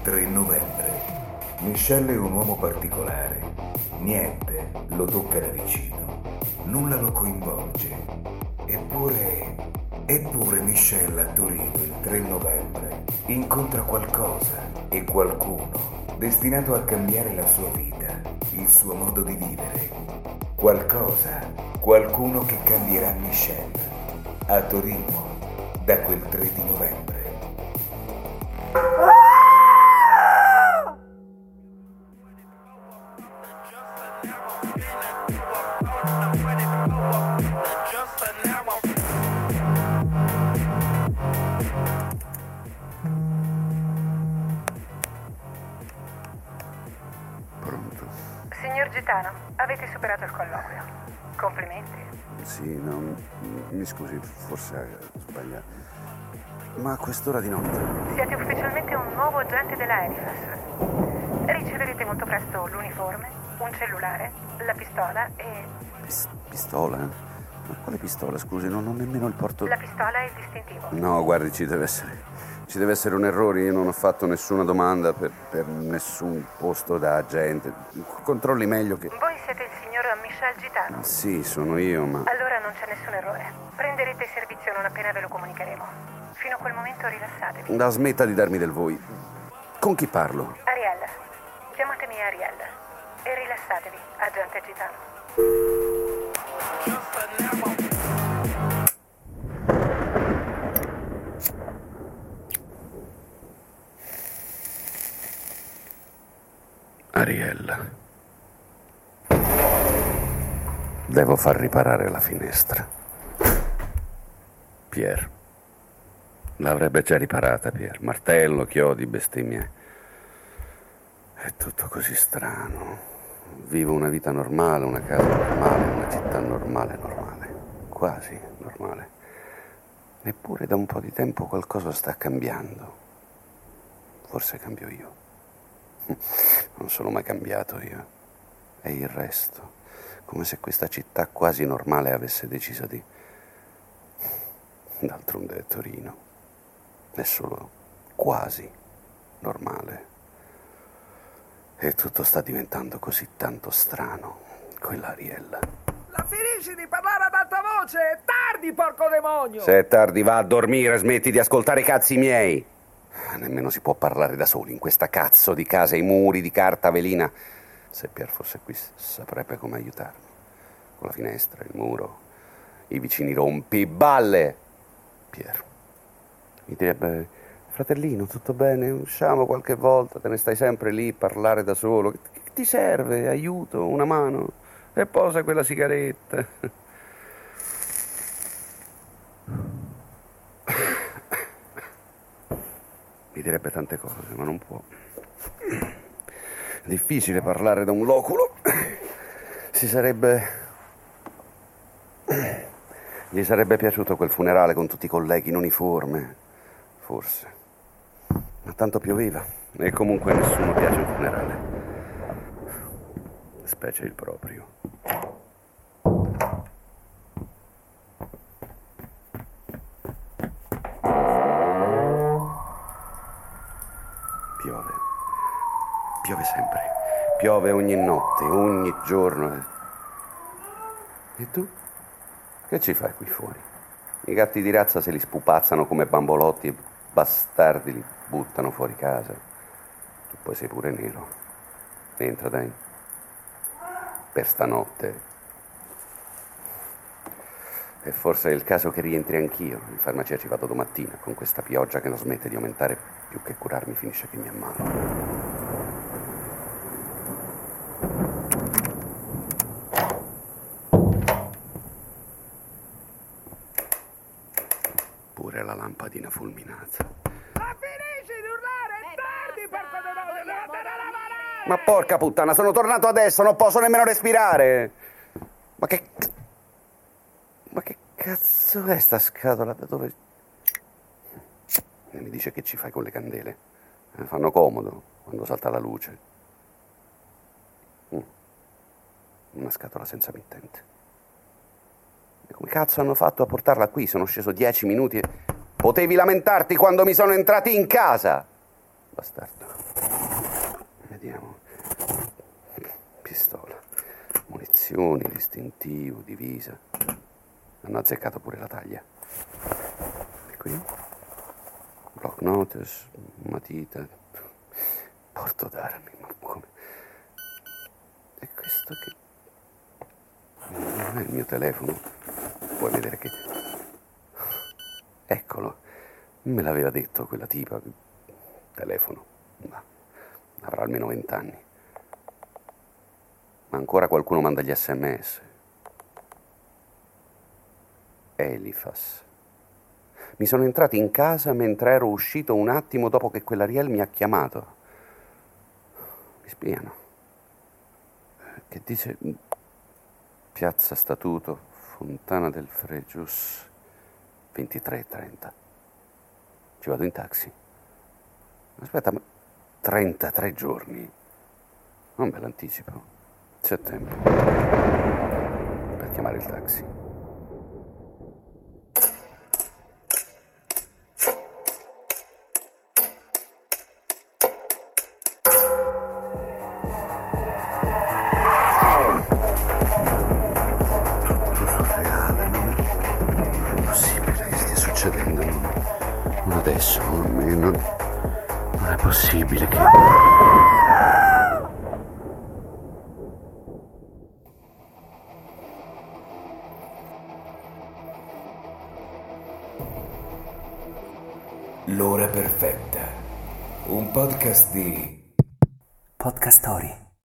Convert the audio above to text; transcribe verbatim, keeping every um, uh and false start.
tre novembre. Michel è un uomo particolare. Niente lo tocca da vicino. Nulla lo coinvolge. Eppure... Eppure Michel a Torino il tre novembre incontra qualcosa e qualcuno destinato a cambiare la sua vita, il suo modo di vivere. Qualcosa, qualcuno che cambierà Michel a Torino da quel tre di novembre. Pronto? Signor Gitano, avete superato il colloquio. Complimenti. Sì, no, mi scusi, forse ho sbagliato. Ma a quest'ora di notte? Siete ufficialmente un nuovo agente della Halifax. Riceverete molto presto l'uniforme, un cellulare, la pistola e... Pis- pistola? Ma quale pistola, scusi? Non ho nemmeno il porto... La pistola e il distintivo. No, guardi, ci deve essere... Ci deve essere un errore, io non ho fatto nessuna domanda per, per nessun posto da agente. Controlli meglio che... Voi siete il signor Michel Gitano? Sì, sono io, ma... Allora non c'è nessun errore. Prenderete servizio non appena ve lo comunicheremo. Fino a quel momento rilassatevi. La smetta di darmi del voi. Con chi parlo? Ariel. Chiamatemi Ariel. E rilassatevi, agente Gitano. Ariel. Devo far riparare la finestra. Pier. L'avrebbe già riparata, Pier. Martello, chiodi, bestemmie. È tutto così strano. Vivo una vita normale, una casa normale, una città normale, normale. Quasi normale. Eppure da un po' di tempo qualcosa sta cambiando. Forse cambio io. Non sono mai cambiato io. È il resto. Come se questa città quasi normale avesse deciso di... D'altronde è Torino. È solo quasi normale. E tutto sta diventando così tanto strano. Quella Ariella. La finisci di parlare ad alta voce! È tardi, porco demonio! Se è tardi va a dormire, smetti di ascoltare i cazzi miei. Nemmeno si può parlare da soli in questa cazzo di casa, i muri di carta velina. Se Pier fosse qui saprebbe come aiutarmi. Con la finestra, il muro, i vicini rompiballe. Pier mi direbbe: fratellino, tutto bene? Usciamo qualche volta, te ne stai sempre lì a parlare da solo. Che ti serve? Aiuto, una mano? E posa quella sigaretta. Mi direbbe tante cose, ma non può. È difficile parlare da un loculo. Si sarebbe... Gli sarebbe piaciuto quel funerale con tutti i colleghi in uniforme. Forse. Ma tanto pioveva. E comunque a nessuno piace un funerale. Specie il proprio. Piove. Piove sempre. Piove ogni notte, ogni giorno. E tu? Che ci fai qui fuori? I gatti di razza se li spupazzano come bambolotti e bastardi li buttano fuori casa. Tu poi sei pure nero. Entra, dai. Per stanotte. E forse è il caso che rientri anch'io. In farmacia ci vado domattina. Con questa pioggia che non smette di aumentare, più che curarmi finisce che mi ammalo. Pure la lampadina fulminata. Ma finisci di urlare! È tardi, porco demonio! Devo andare a lavorare! Ma porca puttana, sono tornato adesso, non posso nemmeno respirare! Ma che... Ma che cazzo è sta scatola? Da dove... E mi dice che ci fai con le candele? Eh, fanno comodo quando salta la luce. Mm. Una scatola senza mittente. E come cazzo hanno fatto a portarla qui? Sono sceso dieci minuti e... Potevi lamentarti quando mi sono entrati in casa! Bastardo. Vediamo. Pistola, munizioni, distintivo, divisa. Hanno azzeccato pure la taglia. E qui? Block notice, matita, porto d'armi, ma come? E questo che... Non è il mio telefono. Puoi vedere che... Eccolo. Me l'aveva detto quella tipa. Telefono. Ma avrà almeno vent'anni. Ma ancora qualcuno manda gli sms. Elifas. Mi sono entrati in casa mentre ero uscito un attimo dopo che quell'Ariel mi ha chiamato. Mi spiano. Che dice... Piazza Statuto, Fontana del Fregius, ventitré e trenta. Ci vado in taxi. Aspetta, ma trentatré giorni? Non me l'anticipo. C'è tempo per chiamare il taxi. Non adesso, non, non è possibile che... L'ora perfetta. Un podcast di Podcast Story.